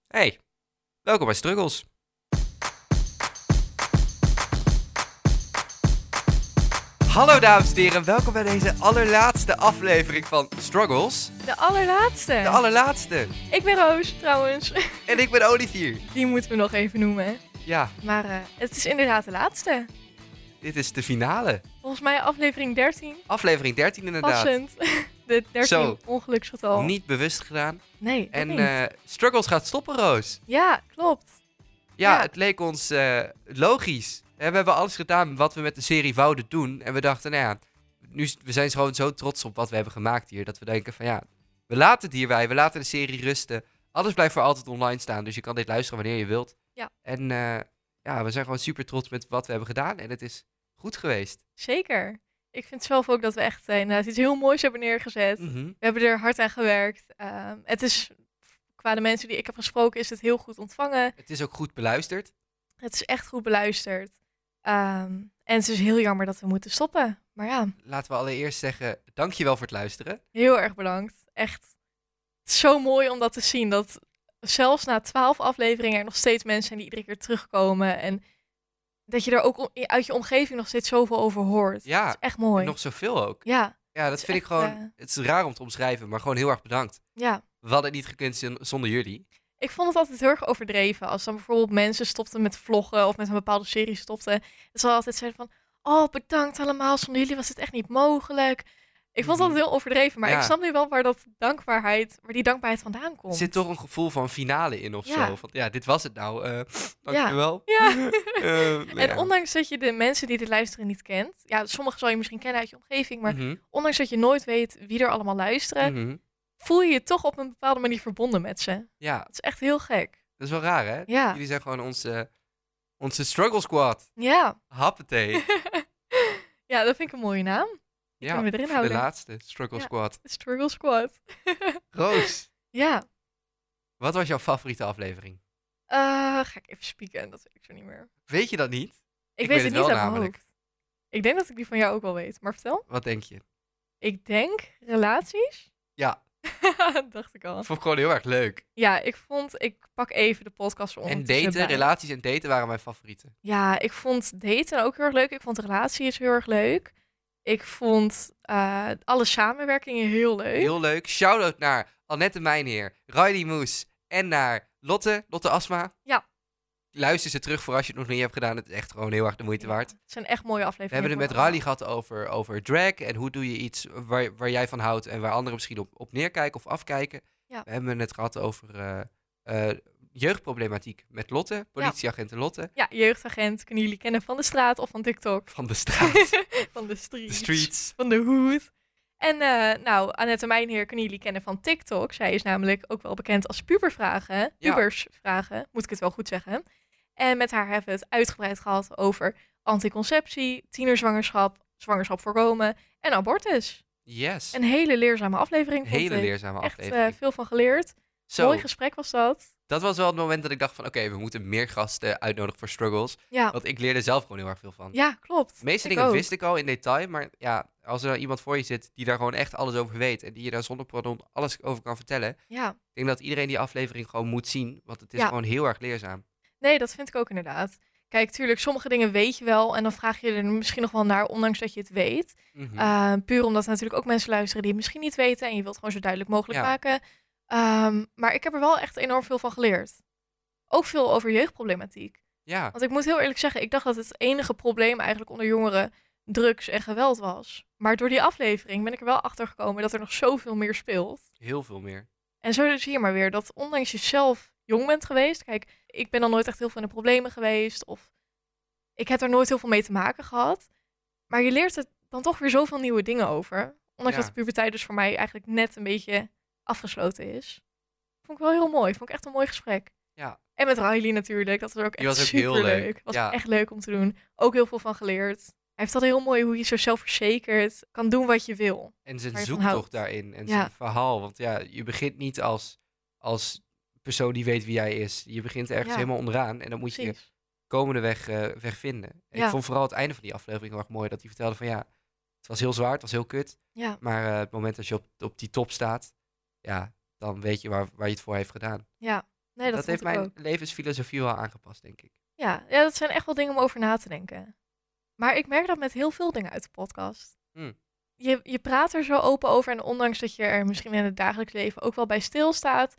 Hey, welkom bij Struggles. Hallo dames en heren, welkom bij deze allerlaatste aflevering van Struggles. De allerlaatste. De allerlaatste. Ik ben Roos, trouwens. En ik ben Olivier. Die moeten we nog even noemen, hè. Ja, Maar het is inderdaad de laatste. dit is de finale. Volgens mij aflevering 13. Aflevering 13 inderdaad. Passend. De 13 Zo. ongeluksgetal. Niet bewust gedaan. Nee, dat En niet. Struggles gaat stoppen, Roos. Ja, klopt. Ja, Ja. het leek ons logisch. We hebben alles gedaan wat we met de serie wouden doen. En we dachten, nou ja, we zijn gewoon zo trots op wat we hebben gemaakt hier. Dat we denken van ja, we laten het hierbij. We laten de serie rusten. Alles blijft voor altijd online staan. Dus je kan dit luisteren wanneer je wilt. Ja. En ja, we zijn gewoon super trots met wat we hebben gedaan. En het is goed geweest. Zeker. Ik vind zelf ook dat we echt inderdaad iets heel moois hebben neergezet. Mhm. We hebben er hard aan gewerkt. Het is, qua de mensen die ik heb gesproken, is het heel goed ontvangen. Het is ook goed beluisterd. Het is echt goed beluisterd. En het is heel jammer dat we moeten stoppen. Maar ja, Laten we allereerst zeggen, dankjewel voor het luisteren. heel erg bedankt. Echt. Het is zo mooi om dat te zien. Dat zelfs na 12 afleveringen er nog steeds mensen zijn die iedere keer terugkomen. En dat je er ook uit je omgeving nog steeds zoveel over hoort. Ja, Dat is echt mooi. nog zoveel ook. Ja, Ja, dat is vind ik echt, gewoon, het is raar om te omschrijven, maar gewoon heel erg bedankt. ja. We hadden het niet gekund zonder jullie. Ik vond het altijd heel erg overdreven. Als dan bijvoorbeeld mensen stopten met vloggen of met een bepaalde serie stopten. Dat ze altijd zeiden van, oh bedankt allemaal, zonder jullie was het echt niet mogelijk. Ik vond het altijd heel overdreven, maar Ja. ik snap nu wel waar die dankbaarheid vandaan komt. Er zit toch een gevoel van finale in of Ja. zo. Van, ja, dit was het nou. Dankjewel. Ja. Nou En ja. ondanks dat je de mensen die dit luisteren niet kent, ja, sommigen zal je misschien kennen uit je omgeving, maar Mhm, ondanks dat je nooit weet wie er allemaal luisteren, mhm. voel je je toch op een bepaalde manier verbonden met ze. Ja, Dat is echt heel gek. dat is wel raar, hè? Ja. Jullie zijn gewoon onze struggle squad. Ja. Happatee. Ja, dat vind ik een mooie naam. Die Ja, kunnen we erin de houden. laatste struggle Ja. squad. De Struggle Squad. Roos, Ja. wat was jouw favoriete aflevering? Ga ik even spieken, dat weet ik zo niet meer. Weet je dat niet? Ik weet weet het het wel niet uit mijn namelijk. hoofd. Ik denk dat ik die van jou ook wel weet, maar vertel. Wat denk je? Ik denk relaties. Ja, Dat dacht ik al. dat vond ik gewoon heel erg leuk. Ja, ik pak even de podcast voor En ondertussen daten, erbij. relaties en daten waren mijn favorieten. Ja, ik vond daten ook heel erg leuk. Ik vond relaties heel erg leuk. Ik vond alle samenwerkingen heel leuk. Heel leuk. Shout-out naar Annette Mijnheer, Riley Moes en naar Lotte Asma. Ja. Luister ze terug voor als je het nog niet hebt gedaan. Het is echt gewoon heel erg de moeite Ja, waard. Het zijn echt mooie We afleveringen. hebben het met Riley gehad over drag en hoe doe je iets waar jij van houdt en waar anderen misschien op neerkijken of afkijken. Ja. We hebben het gehad over jeugdproblematiek met Lotte, politieagent Lotte Ja, jeugdagent kunnen jullie kennen van de straat of van TikTok. van de straat, Van de streets. de streets. Van de hoed. En nou, Annette Mijnheer kunnen jullie kennen van TikTok. Zij is namelijk ook wel bekend als pubervragen. Ja. Pubersvragen, moet ik het wel goed zeggen. En met haar hebben we het uitgebreid gehad over anticonceptie, tienerzwangerschap, zwangerschap voorkomen en abortus. Yes. Een hele leerzame aflevering. Een vond hele ik. leerzame Echt aflevering. veel van geleerd. Zo, Mooi gesprek was dat. dat was wel het moment dat ik dacht van oké, we moeten meer gasten uitnodigen voor Struggles. Ja, Want ik leerde zelf gewoon heel erg veel van. ja klopt. De meeste Ik dingen ook. wist ik al in detail, maar ja, als er iemand voor je zit die daar gewoon echt alles over weet en die je daar zonder pardon alles over kan vertellen, Ja, ik denk dat iedereen die aflevering gewoon moet zien, want het is Ja. gewoon heel erg leerzaam. nee, dat vind ik ook inderdaad. Kijk, tuurlijk, sommige dingen weet je wel en dan vraag je er misschien nog wel naar, ondanks dat je het weet. Mhm. Puur omdat er natuurlijk ook mensen luisteren die het misschien niet weten en je wilt gewoon zo duidelijk mogelijk Ja. maken. Maar ik heb er wel echt enorm veel van geleerd. Ook veel over jeugdproblematiek. Ja, Want ik moet heel eerlijk zeggen, ik dacht dat het enige probleem eigenlijk onder jongeren drugs en geweld was. Maar door die aflevering ben ik er wel achter gekomen dat er nog zoveel meer speelt. heel veel meer. En zo zie je maar weer dat ondanks je zelf jong bent geweest. Kijk, ik ben dan nooit echt heel veel in de problemen geweest. Of ik heb er nooit heel veel mee te maken gehad. Maar je leert er dan toch weer zoveel nieuwe dingen over. Ondanks Ja. dat de puberteit dus voor mij eigenlijk net een beetje afgesloten is. Vond ik wel heel mooi. Vond ik echt een mooi gesprek. Ja. En met Riley natuurlijk. Dat was ook Die echt was ook heel superleuk. leuk. Was Ja. echt leuk om te doen. Ook heel veel van geleerd. Hij heeft dat heel mooi hoe je zo zelfverzekerd kan doen wat je wil. En zijn Waar je van zoektocht houdt. daarin en Ja. zijn verhaal. Want ja, je begint niet als persoon die weet wie jij is. Je begint ergens Ja. helemaal onderaan en dan moet je Precies. komende weg vinden. En Ja. ik vond vooral het einde van die aflevering heel erg mooi. Dat hij vertelde van ja, het was heel zwaar, het was heel kut. Ja, Maar het moment dat je op die top staat, ja, dan weet je waar je het voor heeft gedaan. ja. Nee, Dat heeft vond ik mijn ook. levensfilosofie wel aangepast, denk ik. Ja, dat zijn echt wel dingen om over na te denken. Maar ik merk dat met heel veel dingen uit de podcast. Hm. Je praat er zo open over en ondanks dat je er misschien in het dagelijks leven ook wel bij stilstaat,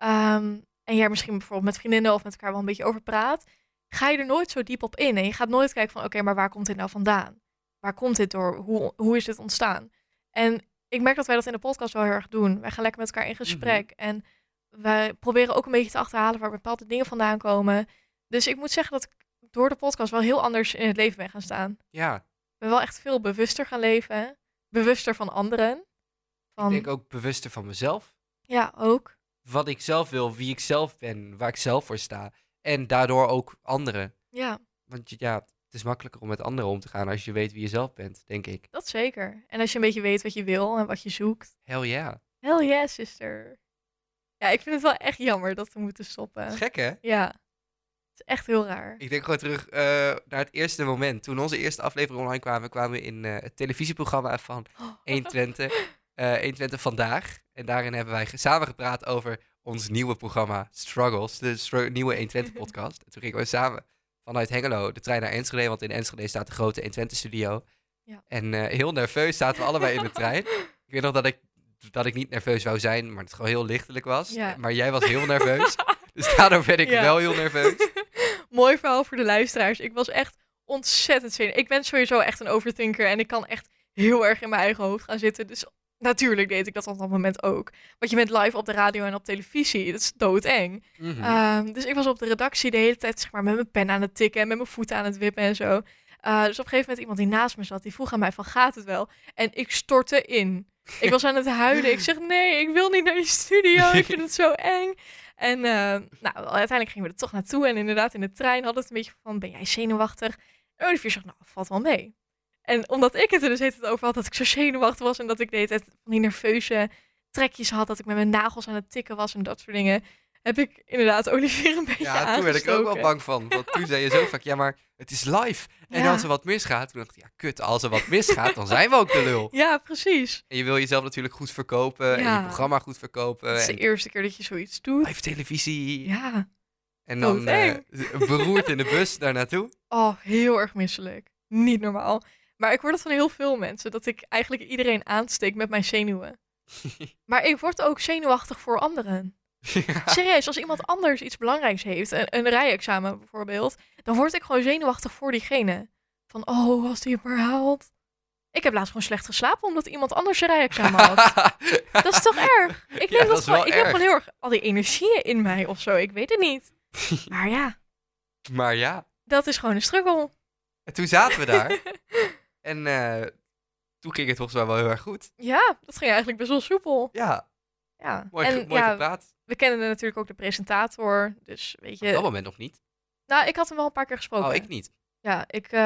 en je er misschien bijvoorbeeld met vriendinnen of met elkaar wel een beetje over praat, ga je er nooit zo diep op in. En je gaat nooit kijken van, oké, maar waar komt dit nou vandaan? Waar komt dit door? Hoe is dit ontstaan? En ik merk dat wij dat in de podcast wel heel erg doen. Wij gaan lekker met elkaar in gesprek. En wij proberen ook een beetje te achterhalen waar bepaalde dingen vandaan komen. Dus ik moet zeggen dat ik door de podcast wel heel anders in het leven ben gaan staan. Ja, Ik ben wel echt veel bewuster gaan leven. Bewuster van anderen. ik denk ook bewuster van mezelf. Ja, ook. Wat ik zelf wil, wie ik zelf ben, waar ik zelf voor sta. En daardoor ook anderen. Ja, Want ja, het is makkelijker om met anderen om te gaan als je weet wie je zelf bent, denk ik. dat zeker. En als je een beetje weet wat je wil en wat je zoekt. Hell yeah. Hell yeah, sister. Ja, ik vind het wel echt jammer dat we moeten stoppen. Gek, hè? Ja, het is echt heel raar. Ik denk gewoon terug naar het eerste moment. Toen onze eerste aflevering online kwamen we in het televisieprogramma van 120. 120 Vandaag. En daarin hebben wij samen gepraat over ons nieuwe programma Struggles. De nieuwe 120 podcast. En toen gingen we samen vanuit Hengelo de trein naar Enschede. Want in Enschede staat de grote 120 studio. Ja. En heel nerveus zaten we allebei in de trein. Ik weet nog dat ik niet nerveus wou zijn, maar het gewoon heel lichtelijk was. Ja. Maar jij was heel nerveus. Dus daardoor ben ik Ja. wel heel nerveus. Mooi verhaal voor de luisteraars. Ik was echt ontzettend zenuwachtig. Ik ben sowieso echt een overthinker en ik kan echt heel erg in mijn eigen hoofd gaan zitten. Dus natuurlijk deed ik dat op dat moment ook. Want je bent live op de radio en op televisie. Dat is doodeng. Dus ik was op de redactie de hele tijd zeg maar, met mijn pen aan het tikken en met mijn voeten aan het wippen en zo. Dus op een gegeven moment iemand die naast me zat, die vroeg aan mij van, gaat het wel? En ik stortte in. Ik was aan het huilen. Ik zeg, nee, ik wil niet naar die studio. Ik vind het zo eng. En uiteindelijk gingen we er toch naartoe. En inderdaad, in de trein hadden we het een beetje van, ben jij zenuwachtig? En Olivier zegt, nou, valt wel mee. En omdat ik het er dus het over had, dat ik zo zenuwachtig was en dat ik de hele tijd van die nerveuze trekjes had, dat ik met mijn nagels aan het tikken was en dat soort dingen, heb ik inderdaad Olivier een beetje Ja, toen werd ik er ook wel aangestoken. bang van. Want toen zei je zo vaak, ja, maar het is live. En Ja. als er wat misgaat, toen dacht ik, ja, kut, als er wat misgaat, dan zijn we ook de lul. Ja, precies. En je wil jezelf natuurlijk goed verkopen en Ja. je programma goed verkopen. Het is de En eerste keer dat je zoiets doet. live televisie. Ja. En dan doodeng. beroerd in de bus daar naartoe. Oh, heel erg misselijk. Niet normaal. Maar ik hoor dat van heel veel mensen, dat ik eigenlijk iedereen aansteek met mijn zenuwen. Maar ik word ook zenuwachtig voor anderen. Serieus, als iemand anders iets belangrijks heeft, een rijexamen bijvoorbeeld, dan word ik gewoon zenuwachtig voor diegene. Van, oh, als die het maar haalt. Ik heb laatst gewoon slecht geslapen omdat iemand anders zijn rijexamen had. Dat is toch erg? Ik Ja, neem dat is gewoon, wel ik heb erg. gewoon heel erg al die energieën in mij of zo. Ik weet het niet. Maar ja, Maar ja, dat is gewoon een struggle. en toen zaten we daar. En toen ging het volgens mij wel heel erg goed. Ja, dat ging eigenlijk best wel soepel. Ja, Ja. mooi, En mooi ja, gepraat. we kennen natuurlijk ook de presentator. Dus weet Op dat je, moment nog niet. nou, ik had hem wel een paar keer gesproken. Oh, ik niet. Ja,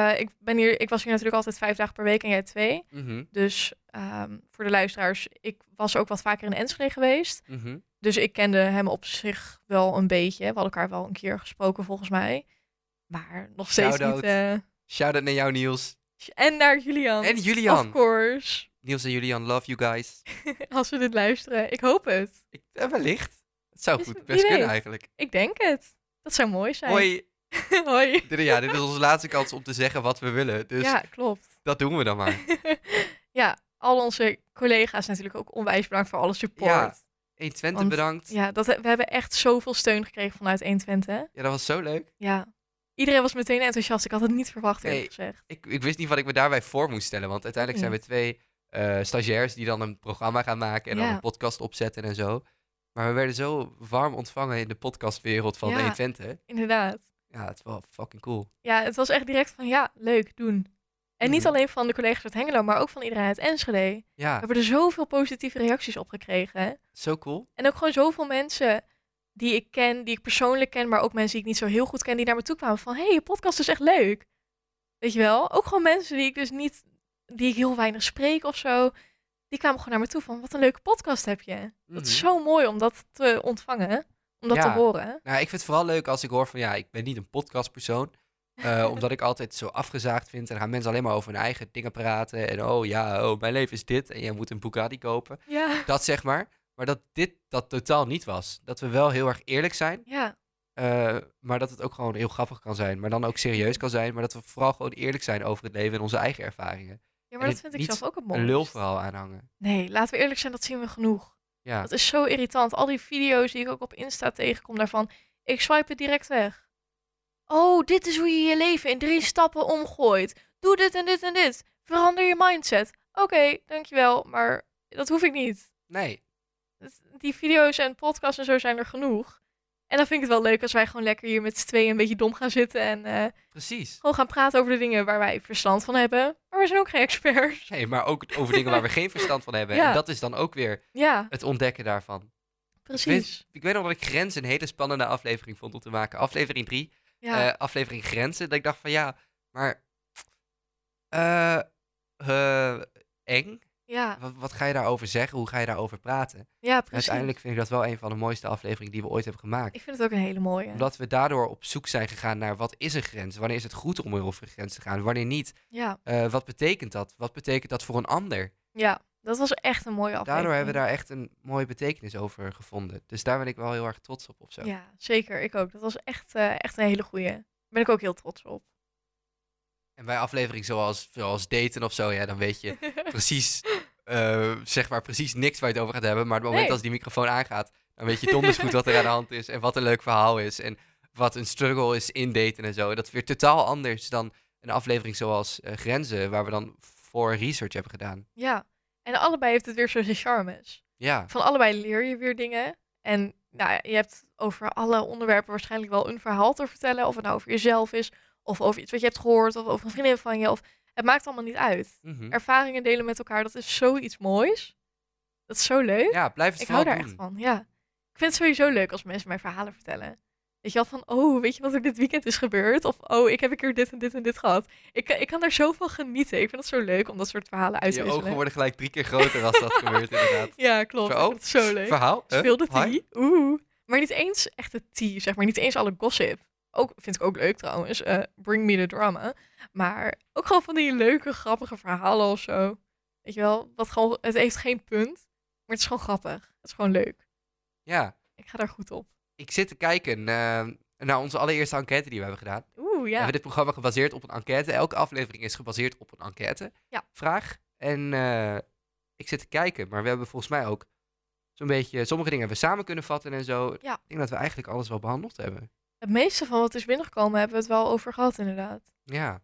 ik was hier natuurlijk altijd 5 dagen per week en jij 2. Mhm, Dus voor de luisteraars, ik was ook wat vaker in Enschede geweest. mhm. Dus ik kende hem op zich wel een beetje. We hadden elkaar wel een keer gesproken volgens mij. Maar nog steeds Shout-out. niet. Shout-out naar jou, Niels. En naar Julian. En Julian. Of course. Niels en Julian, love you guys. Als we dit luisteren. Ik hoop het. Wellicht. Het zou Dus goed wie best kunnen weet. eigenlijk. Ik denk het. Dat zou mooi zijn. Hoi. Hoi. Dit is onze laatste kans om te zeggen wat we willen. Dus Ja, klopt. dat doen we dan maar. Ja, al onze collega's natuurlijk ook onwijs bedankt voor alle support. Ja. 120 Want- bedankt. Ja, we hebben echt zoveel steun gekregen vanuit 120. Ja, dat was zo leuk. Ja. Iedereen was meteen enthousiast. Ik had het niet verwacht, eerlijk Nee. gezegd. Ik wist niet wat ik me daarbij voor moest stellen. Want uiteindelijk zijn we 2 stagiairs die dan een programma gaan maken en dan Ja. een podcast opzetten en zo. Maar we werden zo warm ontvangen in de podcastwereld van Ja. 120. Inderdaad. Ja, het is wel fucking cool. Ja, het was echt direct van ja, leuk, doen. En niet Mhm. alleen van de collega's uit Hengelo, maar ook van iedereen uit Enschede. We Ja, hebben er zoveel positieve reacties op gekregen. Hè? zo cool. En ook gewoon zoveel mensen die ik ken, die ik persoonlijk ken, maar ook mensen die ik niet zo heel goed ken, die naar me toe kwamen van, hey, je podcast is echt leuk. Weet je wel? Ook gewoon mensen die ik dus niet, die ik heel weinig spreek of zo, die kwamen gewoon naar me toe van, wat een leuke podcast heb je. Dat is Mhm. zo mooi om dat te ontvangen, om dat Ja. te horen. Nou, ik vind het vooral leuk als ik hoor van, ja, ik ben niet een podcastpersoon. Omdat ik altijd zo afgezaagd vind. En dan gaan mensen alleen maar over hun eigen dingen praten. En oh ja, mijn leven is dit. En jij moet een Bugatti kopen. Ja, Dat zeg maar. Maar dat dit dat totaal niet was. Dat we wel heel erg eerlijk zijn. Ja. Maar dat het ook gewoon heel grappig kan zijn. Maar dan ook serieus kan zijn. Maar dat we vooral gewoon eerlijk zijn over het leven en onze eigen ervaringen. Ja, maar En dat vind ik niet zelf ook het een mooiste. lulverhaal aanhangen. Nee, laten we eerlijk zijn, dat zien we genoeg. Ja, Dat is zo irritant. Al die video's die ik ook op Insta tegenkom daarvan. Ik swipe het direct weg. Oh, dit is hoe je je leven in 3 stappen omgooit. Doe dit en dit en dit. Verander je mindset. Oké, dankjewel, maar dat hoef ik niet. nee. Die video's en podcasts en zo zijn er genoeg. En dan vind ik het wel leuk als wij gewoon lekker hier met z'n tweeën een beetje dom gaan zitten. En Precies. gewoon gaan praten over de dingen waar wij verstand van hebben. Maar we zijn ook geen experts. Nee, maar ook over dingen waar we geen verstand van hebben. Ja. En dat is dan ook weer Ja, het ontdekken daarvan. precies. Ik weet nog dat ik Grenzen een hele spannende aflevering vond om te maken. Aflevering 3. Ja, Aflevering Grenzen. Dat ik dacht van ja, maar eng. ja, Wat ga je daarover zeggen? Hoe ga je daarover praten? ja, En precies. uiteindelijk vind ik dat wel een van de mooiste afleveringen die we ooit hebben gemaakt. Ik vind het ook een hele mooie. Omdat we daardoor op zoek zijn gegaan naar wat is een grens? Wanneer is het goed om over een grens te gaan? Wanneer niet? Ja, Wat betekent dat? Wat betekent dat voor een ander? ja, dat was echt een mooie aflevering. Daardoor hebben we daar echt een mooie betekenis over gevonden. Dus daar ben ik wel heel erg trots op zo. Ja, zeker. Ik ook. Dat was echt een hele goeie. Daar ben ik ook heel trots op. En bij afleveringen zoals daten of zo, ja, dan weet je precies, zeg maar precies niks waar je het over gaat hebben. Maar het moment Nee. als die microfoon aangaat, dan weet je donders goed wat er aan de hand is. En wat een leuk verhaal is. En wat een struggle is in daten en zo. En dat is weer totaal anders dan een aflevering zoals Grenzen, waar we dan voor research hebben gedaan. Ja, en allebei heeft het weer zo zijn charmes. Ja, Van allebei leer je weer dingen. En nou, ja, je hebt over alle onderwerpen waarschijnlijk wel een verhaal te vertellen. Of het nou over jezelf is, of over iets wat je hebt gehoord, of over een vriendin van je. Of, het maakt allemaal niet uit. mhm. Ervaringen delen met elkaar, dat is zoiets moois. Dat is zo leuk. Ja, blijf het Ik hou vooral daar doen. echt van, ja. Ik vind het sowieso leuk als mensen mij verhalen vertellen. Weet je wel, van, oh, weet je wat er dit weekend is gebeurd? Of, oh, ik heb een keer dit en dit en dit gehad. Ik kan daar zo van genieten. Ik vind het zo leuk om dat soort verhalen uit te Je wisselen. ogen worden gelijk 3 keer groter als dat gebeurt inderdaad. Ja, klopt. Zo, Ik vind het zo leuk. Verhaal? Speel de Hi? tea. Oeh. Maar niet eens echt de tea, zeg maar. Niet eens alle gossip. Ook, vind ik ook leuk trouwens. Bring me the drama. Maar ook gewoon van die leuke, grappige verhalen of zo. Weet je wel? Wat gewoon, het heeft geen punt. Maar het is gewoon grappig. Het is gewoon leuk. Ja, Ik ga daar goed op. ik zit te kijken naar onze allereerste enquête die we hebben gedaan. Oeh, We ja. hebben dit programma gebaseerd op een enquête. Elke aflevering is gebaseerd op een enquête. Ja. Vraag. En ik zit te kijken, maar we hebben volgens mij ook zo'n beetje... Sommige dingen hebben we samen kunnen vatten en zo. Ja. Ik denk dat we eigenlijk alles wel behandeld hebben. Het meeste van wat is binnengekomen hebben we het wel over gehad, inderdaad. Ja.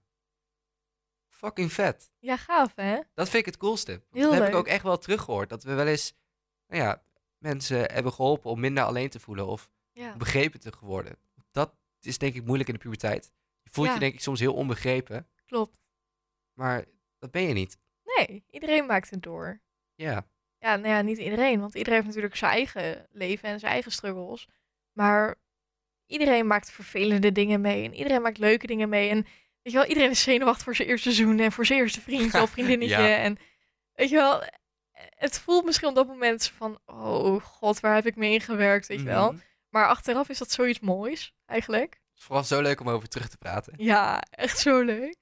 Fucking vet. Ja, gaaf, hè? Dat vind ik het coolste. Want Heel dat heb ik leuk. ook echt wel teruggehoord. Dat we wel eens, nou ja, mensen hebben geholpen om minder alleen te voelen of Ja. begrepen te worden. Dat is denk ik moeilijk in de puberteit. Je voelt Ja. je denk ik soms heel onbegrepen, Klopt. maar dat ben je niet. Nee, iedereen maakt het door. Ja. Ja, nou ja, niet iedereen. Want iedereen heeft natuurlijk zijn eigen leven en zijn eigen struggles. Maar iedereen maakt vervelende dingen mee. En iedereen maakt leuke dingen mee. En weet je wel, iedereen is zenuwachtig voor zijn eerste seizoen. En voor zijn eerste vriendje of vriendinnetje. Ja. En weet je wel, het voelt misschien op dat moment zo van... Oh god, waar heb ik mee ingewerkt, weet je wel. Mhm. Maar achteraf is dat zoiets moois, eigenlijk. Het is vooral zo leuk om over terug te praten. Ja, echt zo leuk.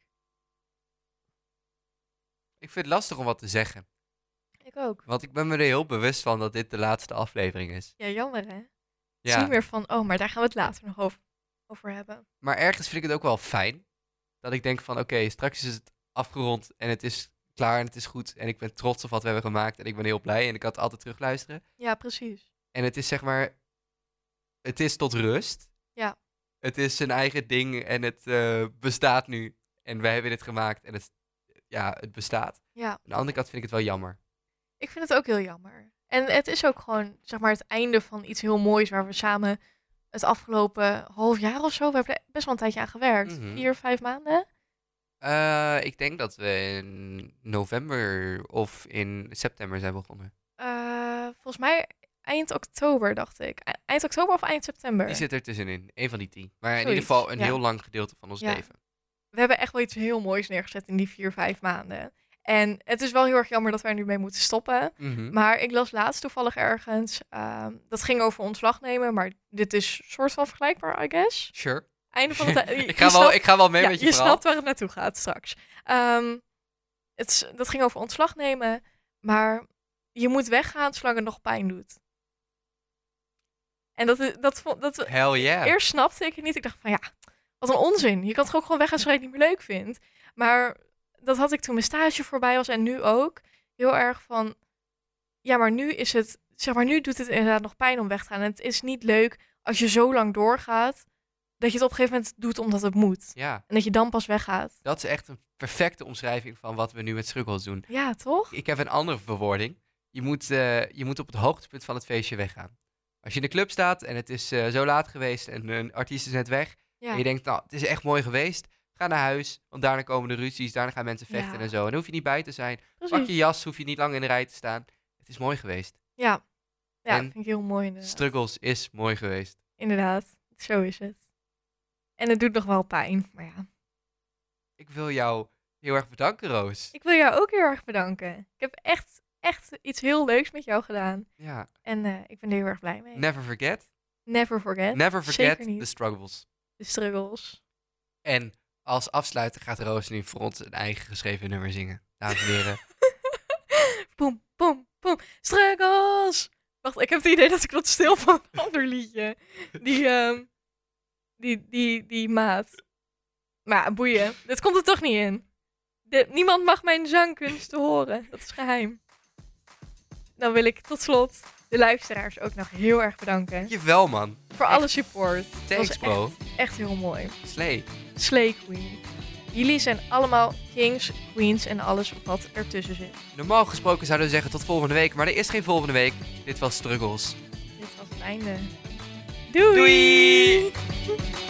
Ik vind het lastig om wat te zeggen. Ik ook. Want ik ben me er heel bewust van dat dit de laatste aflevering is. Ja, jammer hè. Het is Ja. niet meer van, oh, maar daar gaan we het later nog over hebben. Maar ergens vind ik het ook wel fijn. Dat ik denk van oké, straks is het afgerond en het is klaar en het is goed. En ik ben trots op wat we hebben gemaakt en ik ben heel blij. En ik kan het altijd terugluisteren. Ja, precies. En het is zeg maar, het is tot rust. Ja. Het is zijn eigen ding en het bestaat nu. En wij hebben dit gemaakt en het bestaat. Ja. Aan de andere kant vind ik het wel jammer. Ik vind het ook heel jammer. En het is ook gewoon, zeg maar, het einde van iets heel moois waar we samen het afgelopen half jaar of zo, we hebben er best wel een tijdje aan gewerkt. Mhm. 4, 5 maanden. Ik denk dat we in november of in september zijn begonnen. Volgens mij eind oktober, dacht ik. Eind oktober of eind september? Die zit er tussenin. Een van die 10. Maar in Zoiets, ieder geval een ja. heel lang gedeelte van ons Ja. leven. We hebben echt wel iets heel moois neergezet in die 4, 5 maanden. En het is wel heel erg jammer dat wij er nu mee moeten stoppen. Mhm. Maar ik las laatst toevallig ergens, dat ging over ontslag nemen, maar dit is soort van vergelijkbaar, I guess. Sure. Einde van het... Ik ga wel mee met je je verhaal. snapt waar het naartoe gaat straks. Dat ging over ontslag nemen, maar je moet weggaan zolang het nog pijn doet. En Hell yeah. eerst snapte ik het niet. Ik dacht van ja, wat een onzin. Je kan toch ook gewoon weggaan zolang je het niet meer leuk vindt. Maar dat had ik toen mijn stage voorbij was en nu ook. Heel erg van, ja, maar nu is het, zeg maar, nu doet het inderdaad nog pijn om weg te gaan. En het is niet leuk als je zo lang doorgaat, dat je het op een gegeven moment doet omdat het moet. Ja, En dat je dan pas weggaat. dat is echt een perfecte omschrijving van wat we nu met Struggles doen. Ja, toch? Ik heb een andere verwoording. Je moet op het hoogtepunt van het feestje weggaan. Als je in de club staat en het is zo laat geweest en een artiest is net weg. Ja. En je denkt, nou, het is echt mooi geweest. Ga naar huis, want daarna komen de ruzies, daarna gaan mensen vechten Ja. en zo. En dan hoef je niet bij te zijn. Precies. Pak je jas, hoef je niet lang in de rij te staan. Het is mooi geweest. Ja, En vind ik heel mooi inderdaad. Struggles is mooi geweest. Inderdaad, zo is het. En het doet nog wel pijn, maar ja. Ik wil jou heel erg bedanken, Roos. Ik wil jou ook heel erg bedanken. Ik heb echt iets heel leuks met jou gedaan. Ja, En ik ben er heel erg blij mee. never forget. Never forget. Never forget Zeker niet. the struggles. De struggles. En als afsluiter gaat Roos nu voor ons een eigen geschreven nummer zingen. Dames en heren. Boom, boom, boom. Struggles! Wacht, ik heb het idee dat ik wat stil van een ander liedje. Die maat. Maar ja, boeien. Dit komt er toch niet in. Niemand mag mijn zangkunsten horen. Dat is geheim. Dan wil ik tot slot de luisteraars ook nog heel erg bedanken. Jawel, man. Voor alle support. Dat Thanks, was bro. echt heel mooi. Slay. Slay Queen. Jullie zijn allemaal kings, queens en alles wat ertussen zit. Normaal gesproken zouden we zeggen tot volgende week, maar er is geen volgende week. Dit was Struggles. Dit was het einde. Doei! Doei!